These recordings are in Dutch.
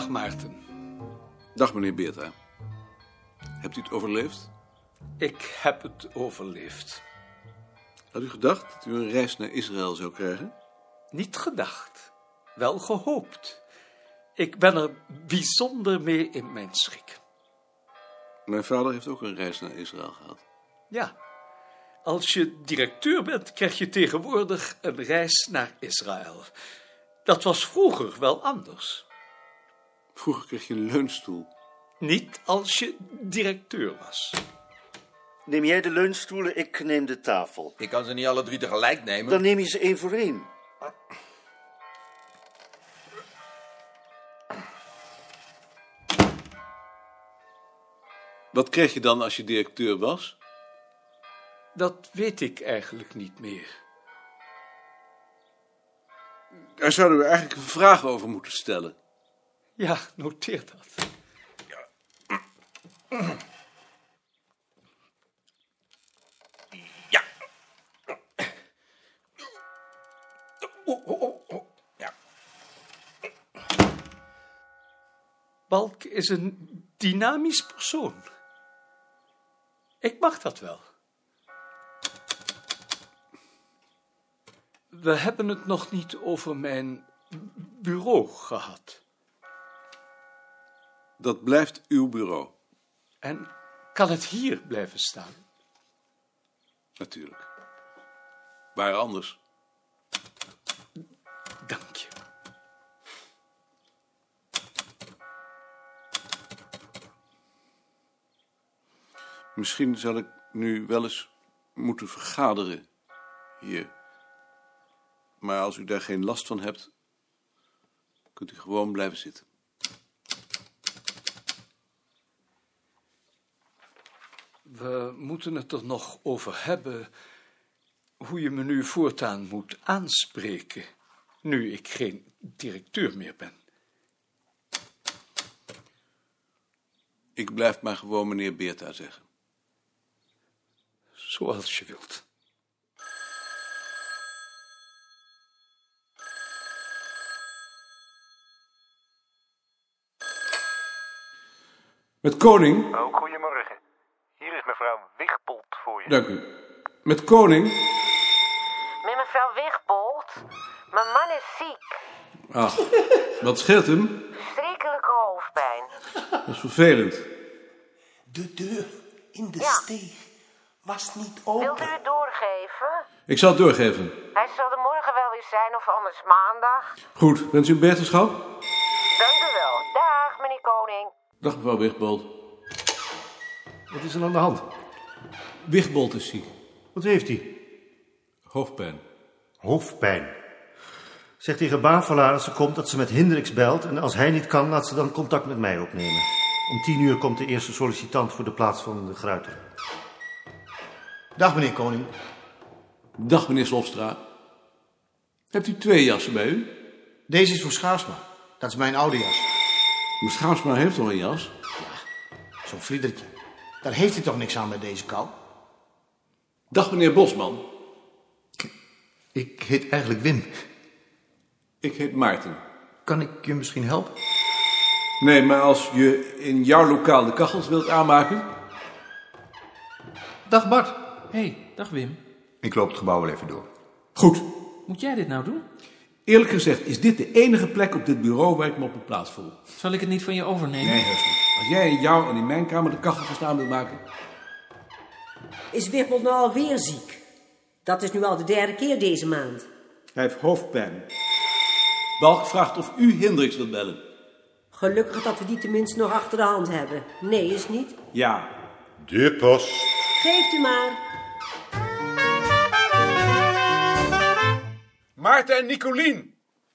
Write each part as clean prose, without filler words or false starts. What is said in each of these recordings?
Dag Maarten. Dag meneer Beerta. Hebt u het overleefd? Ik heb het overleefd. Had u gedacht dat u een reis naar Israël zou krijgen? Niet gedacht, wel gehoopt. Ik ben er bijzonder mee in mijn schik. Mijn vader heeft ook een reis naar Israël gehad. Ja, als je directeur bent, krijg je tegenwoordig een reis naar Israël. Dat was vroeger wel anders. Vroeger kreeg je een leunstoel. Niet als je directeur was. Neem jij de leunstoelen, ik neem de tafel. Ik kan ze niet alle 3 tegelijk nemen. Dan neem je ze 1 voor 1. Wat kreeg je dan als je directeur was? Dat weet ik eigenlijk niet meer. Daar zouden we eigenlijk een vraag over moeten stellen. Ja, noteer dat. Ja. Ja. Balk is een dynamisch persoon. Ik mag dat wel. We hebben het nog niet over mijn bureau gehad. Dat blijft uw bureau. En kan het hier blijven staan? Natuurlijk. Waar anders? Dank je. Misschien zal ik nu wel eens moeten vergaderen hier. Maar als u daar geen last van hebt, kunt u gewoon blijven zitten. We moeten het er nog over hebben hoe je me nu voortaan moet aanspreken, nu ik geen directeur meer ben. Ik blijf maar gewoon meneer Beerta zeggen. Zoals je wilt. Met Koning. Oh, goedemorgen. Hier is mevrouw Wigbold voor je. Dank u. Met Koning. Met mevrouw Wigbold. Mijn man is ziek. Ach, wat scheelt hem? Verschrikkelijke hoofdpijn. Dat is vervelend. De deur in de Ja. steeg was niet open. Wilt u het doorgeven? Ik zal het doorgeven. Hij zal er morgen wel weer zijn of anders maandag. Goed, wens u een beterschap? Dank u wel. Dag, meneer Koning. Dag mevrouw Wigbold. Wat is er aan de hand? Wigbold is ziek. Wat heeft hij? Hoofdpijn. Hoofdpijn. Zeg tegen Bavelaar als ze komt dat ze met Hendricks belt... en als hij niet kan, laat ze dan contact met mij opnemen. Om 10:00 komt de eerste sollicitant voor de plaats van de Gruiter. Dag meneer Koning. Dag meneer Slofstra. Hebt u 2 jassen bij u? Deze is voor Schaarsma. Dat is mijn oude jas. Mijn Schaarsma heeft al een jas. Zo'n Friedertje. Daar heeft hij toch niks aan bij deze kou? Dag meneer Bosman. Ik heet eigenlijk Wim. Ik heet Maarten. Kan ik je misschien helpen? Nee, maar als je in jouw lokaal de kachels wilt aanmaken... Dag Bart. Dag Wim. Ik loop het gebouw wel even door. Goed. Moet jij dit nou doen? Eerlijk gezegd is dit de enige plek op dit bureau waar ik me op mijn plaats voel. Zal ik het niet van je overnemen? Nee, heus niet. Als jij in jou en in mijn kamer de kachels staan wilt maken... Is Wigbold nou alweer ziek? Dat is nu al de 3e keer deze maand. Hij heeft hoofdpijn. Balk vraagt of u Hendricks wilt bellen. Gelukkig dat we die tenminste nog achter de hand hebben. Nee, is niet? Ja. De post. Geeft u maar. Maarten en Nicolien.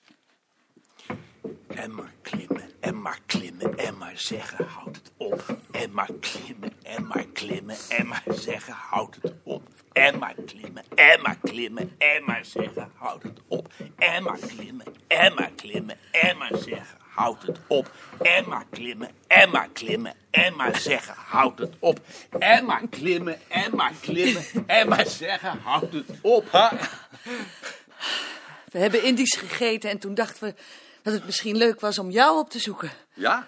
En maar klimmen, en maar klimmen, en maar zeggen, houd het op. En maar klimmen, en maar klimmen, en maar zeggen, houd het op. En maar klimmen, en maar klimmen, en maar zeggen, houd het op. En maar klimmen, en maar klimmen, en maar zeggen, houd het op. En maar klimmen, en maar klimmen, en maar zeggen, houd het op. En maar klimmen, en maar klimmen, en maar zeggen, houd het op. We hebben Indisch gegeten en toen dachten we dat het misschien leuk was om jou op te zoeken. Ja?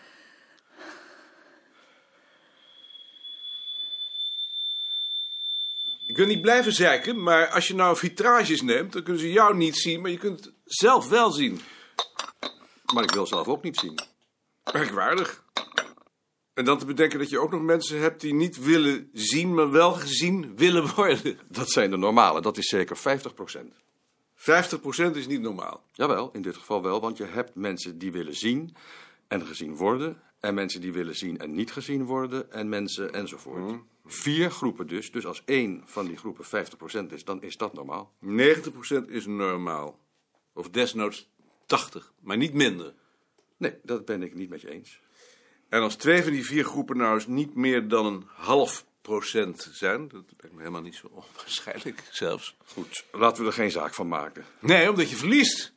Je kunt niet blijven zeiken, maar als je nou vitrages neemt, dan kunnen ze jou niet zien, maar je kunt het zelf wel zien. Maar ik wil zelf ook niet zien. Merkwaardig. En dan te bedenken dat je ook nog mensen hebt die niet willen zien, maar wel gezien willen worden. Dat zijn de normale, dat is zeker 50%. 50% is niet normaal. Jawel, in dit geval wel, want je hebt mensen die willen zien en gezien worden. En mensen die willen zien en niet gezien worden. En mensen enzovoort. 4 groepen dus. Dus als 1 van die groepen 50% is, dan is dat normaal. 90% is normaal. Of desnoods 80, maar niet minder. Nee, dat ben ik niet met je eens. En als 2 van die 4 groepen nou eens niet meer dan een half procent zijn, dat lijkt me helemaal niet zo onwaarschijnlijk zelfs. Goed, laten we er geen zaak van maken. Nee, omdat je verliest.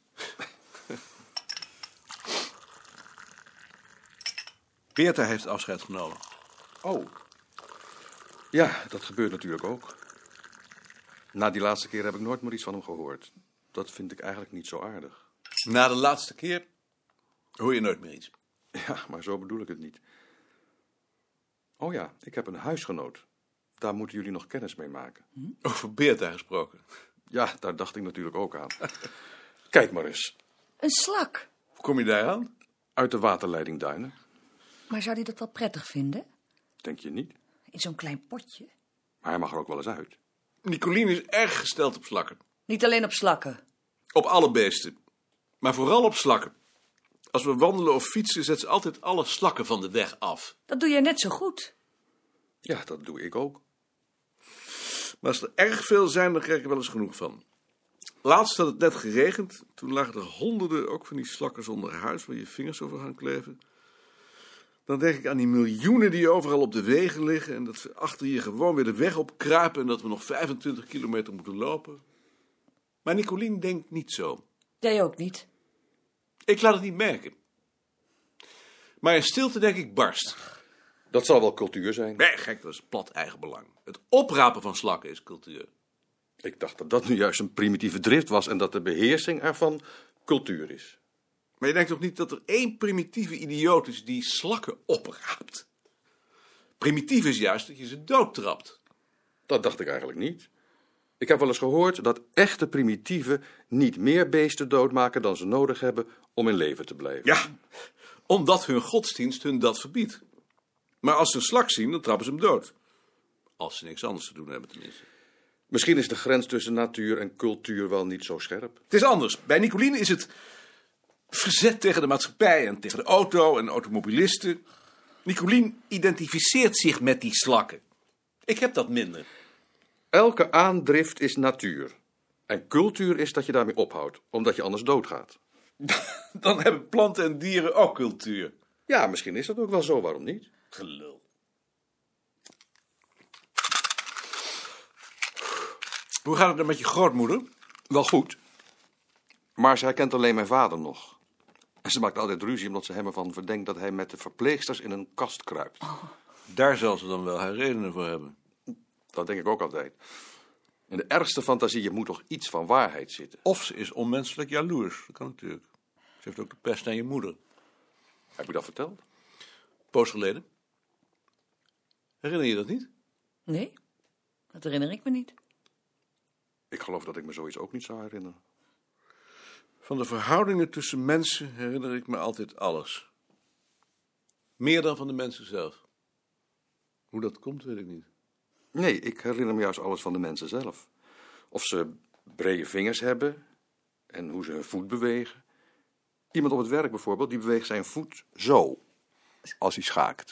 Beerta heeft afscheid genomen. Oh. Ja, dat gebeurt natuurlijk ook. Na die laatste keer heb ik nooit meer iets van hem gehoord. Dat vind ik eigenlijk niet zo aardig. Na de laatste keer hoor je nooit meer iets. Ja, maar zo bedoel ik het niet. Oh ja, ik heb een huisgenoot. Daar moeten jullie nog kennis mee maken. Over Beerta gesproken. Ja, daar dacht ik natuurlijk ook aan. Kijk maar eens. Een slak. Hoe kom je daar aan? Uit de waterleiding Duinen. Maar zou hij dat wel prettig vinden? Denk je niet? In zo'n klein potje? Maar hij mag er ook wel eens uit. Nicolien is erg gesteld op slakken. Niet alleen op slakken. Op alle beesten. Maar vooral op slakken. Als we wandelen of fietsen, zet ze altijd alle slakken van de weg af. Dat doe jij net zo goed. Ja, dat doe ik ook. Maar als er erg veel zijn, dan krijg ik er wel eens genoeg van. Laatst had het net geregend. Toen lagen er honderden, ook van die slakken zonder huis, waar je vingers over gaan kleven. Dan denk ik aan die miljoenen die overal op de wegen liggen. En dat ze achter je gewoon weer de weg opkruipen. En dat we nog 25 kilometer moeten lopen. Maar Nicolien denkt niet zo. Jij ook niet? Ik laat het niet merken. Maar in stilte denk ik barst. Dat zal wel cultuur zijn. Nee, gek, dat is plat eigenbelang. Het oprapen van slakken is cultuur. Ik dacht dat dat nu juist een primitieve drift was en dat de beheersing ervan cultuur is. Maar je denkt toch niet dat er 1 primitieve idioot is die slakken opraapt? Primitief is juist dat je ze doodtrapt. Dat dacht ik eigenlijk niet. Ik heb wel eens gehoord dat echte primitieven niet meer beesten doodmaken dan ze nodig hebben om in leven te blijven. Ja, omdat hun godsdienst hun dat verbiedt. Maar als ze een slak zien, dan trappen ze hem dood. Als ze niks anders te doen hebben tenminste. Misschien is de grens tussen natuur en cultuur wel niet zo scherp. Het is anders. Bij Nicolien is het verzet tegen de maatschappij en tegen de auto en automobilisten. Nicolien identificeert zich met die slakken. Ik heb dat minder. Elke aandrift is natuur. En cultuur is dat je daarmee ophoudt, omdat je anders doodgaat. Dan hebben planten en dieren ook cultuur. Ja, misschien is dat ook wel zo, waarom niet? Gelul. Hoe gaat het dan met je grootmoeder? Wel goed. Maar zij kent alleen mijn vader nog. En ze maakt altijd ruzie omdat ze hem ervan verdenkt dat hij met de verpleegsters in een kast kruipt. Oh. Daar zal ze dan wel haar redenen voor hebben. Dat denk ik ook altijd. In de ergste fantasieën moet toch iets van waarheid zitten. Of ze is onmenselijk jaloers. Dat kan natuurlijk. Ze heeft ook de pest aan je moeder. Heb je dat verteld? Poos geleden. Herinner je dat niet? Nee, dat herinner ik me niet. Ik geloof dat ik me zoiets ook niet zou herinneren. Van de verhoudingen tussen mensen herinner ik me altijd alles. Meer dan van de mensen zelf. Hoe dat komt, weet ik niet. Nee, ik herinner me juist alles van de mensen zelf. Of ze brede vingers hebben en hoe ze hun voet bewegen. Iemand op het werk bijvoorbeeld, die beweegt zijn voet zo, als hij schaakt.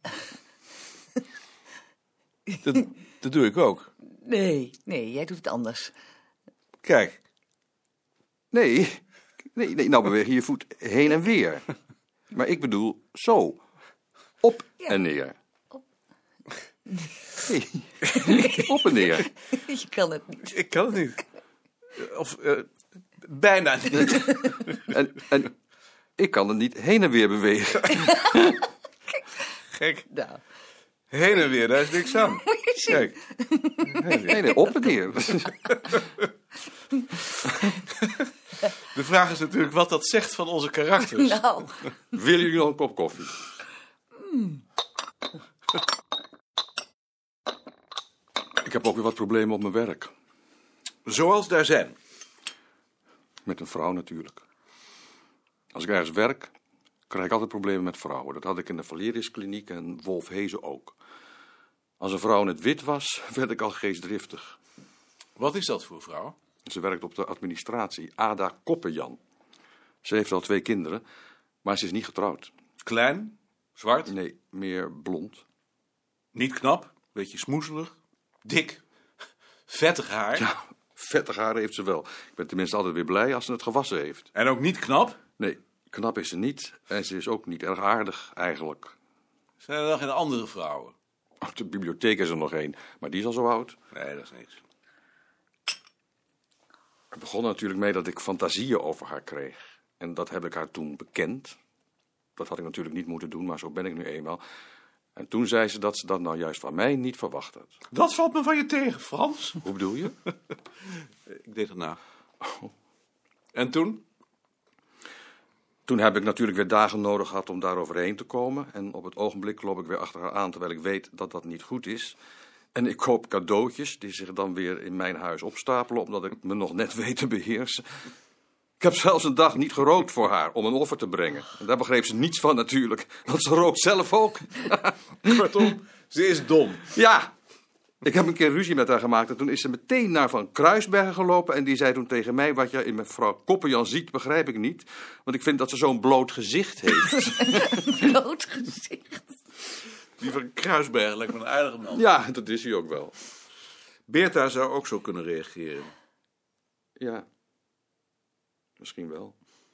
Dat doe ik ook. Nee, jij doet het anders. Kijk. Nee, nou beweeg je je voet heen en weer. Maar ik bedoel zo, op en neer. Nee, op en neer. Je kan het niet. Ik kan het niet. Of bijna niet. En ik kan het niet heen en weer bewegen. Gek. Nou. Heen en weer, daar is niks aan. Kijk. Nee, op en neer. De vraag is natuurlijk wat dat zegt van onze karakters. Nou. Willen jullie nog een kop koffie? Ik heb ook weer wat problemen op mijn werk. Zoals daar zijn. Met een vrouw natuurlijk. Als ik ergens werk, krijg ik altijd problemen met vrouwen. Dat had ik in de Valerius Kliniek en Wolf Hezen ook. Als een vrouw in het wit was, werd ik al geestdriftig. Wat is dat voor vrouw? Ze werkt op de administratie, Ada Koppenjan. Ze heeft al 2 kinderen, maar ze is niet getrouwd. Klein? Zwart? Nee, meer blond. Niet knap? Beetje smoezelig? Dik? Vettig haar? Ja, vettig haar heeft ze wel. Ik ben tenminste altijd weer blij als ze het gewassen heeft. En ook niet knap? Nee, knap is ze niet. En ze is ook niet erg aardig, eigenlijk. Zijn er nog geen andere vrouwen? Op de bibliotheek is er nog 1, maar die is al zo oud. Nee, dat is niks. Het begon natuurlijk mee dat ik fantasieën over haar kreeg. En dat heb ik haar toen bekend. Dat had ik natuurlijk niet moeten doen, maar zo ben ik nu eenmaal. En toen zei ze dat ze dat nou juist van mij niet verwacht had. Dat valt me van je tegen, Frans. Hoe bedoel je? Ik deed het na. Oh. En toen? Toen heb ik natuurlijk weer dagen nodig gehad om daar overheen te komen. En op het ogenblik loop ik weer achter haar aan, terwijl ik weet dat dat niet goed is. En ik koop cadeautjes die zich dan weer in mijn huis opstapelen, omdat ik me nog net weet te beheersen. Ik heb zelfs een dag niet gerookt voor haar, om een offer te brengen. En daar begreep ze niets van natuurlijk, want ze rookt zelf ook. Kortom, ze is dom. Ja, ik heb een keer ruzie met haar gemaakt en toen is ze meteen naar Van Kruisbergen gelopen. En die zei toen tegen mij, wat je in mevrouw Koppenjan ziet, begrijp ik niet. Want ik vind dat ze zo'n bloot gezicht heeft. Bloot gezicht? Die van Kruisberg lijkt me een aardige man. Ja, dat is hij ook wel. Beerta zou ook zo kunnen reageren. Ja, misschien wel.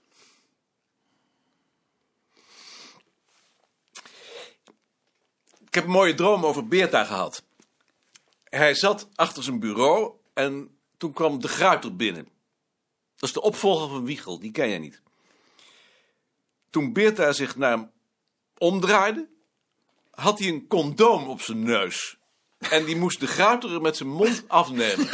Ik heb een mooie droom over Beerta gehad. Hij zat achter zijn bureau en toen kwam de Gruiter binnen. Dat is de opvolger van Wiegel, die ken jij niet. Toen Beerta zich naar hem omdraaide, had hij een condoom op zijn neus. En die moest de Gruiter er met zijn mond afnemen.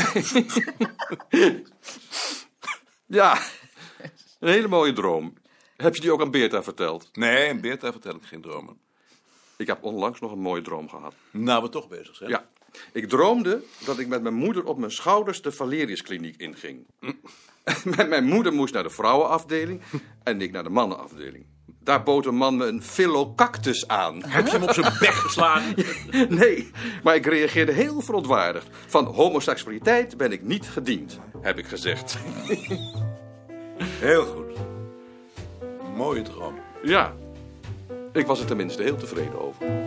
Ja, een hele mooie droom. Heb je die ook aan Beerta verteld? Nee, aan Beerta vertel ik geen dromen. Ik heb onlangs nog een mooie droom gehad. Nou, we toch bezig zijn. Ja, ik droomde dat ik met mijn moeder op mijn schouders de Valerius Kliniek inging. Met mijn moeder moest naar de vrouwenafdeling en ik naar de mannenafdeling. Daar bood een man me een philocactus aan. Heb je hem op zijn bek geslagen? Nee, maar ik reageerde heel verontwaardigd. Van homoseksualiteit ben ik niet gediend, heb ik gezegd. Heel goed. Een mooie droom. Ja, ik was er tenminste heel tevreden over.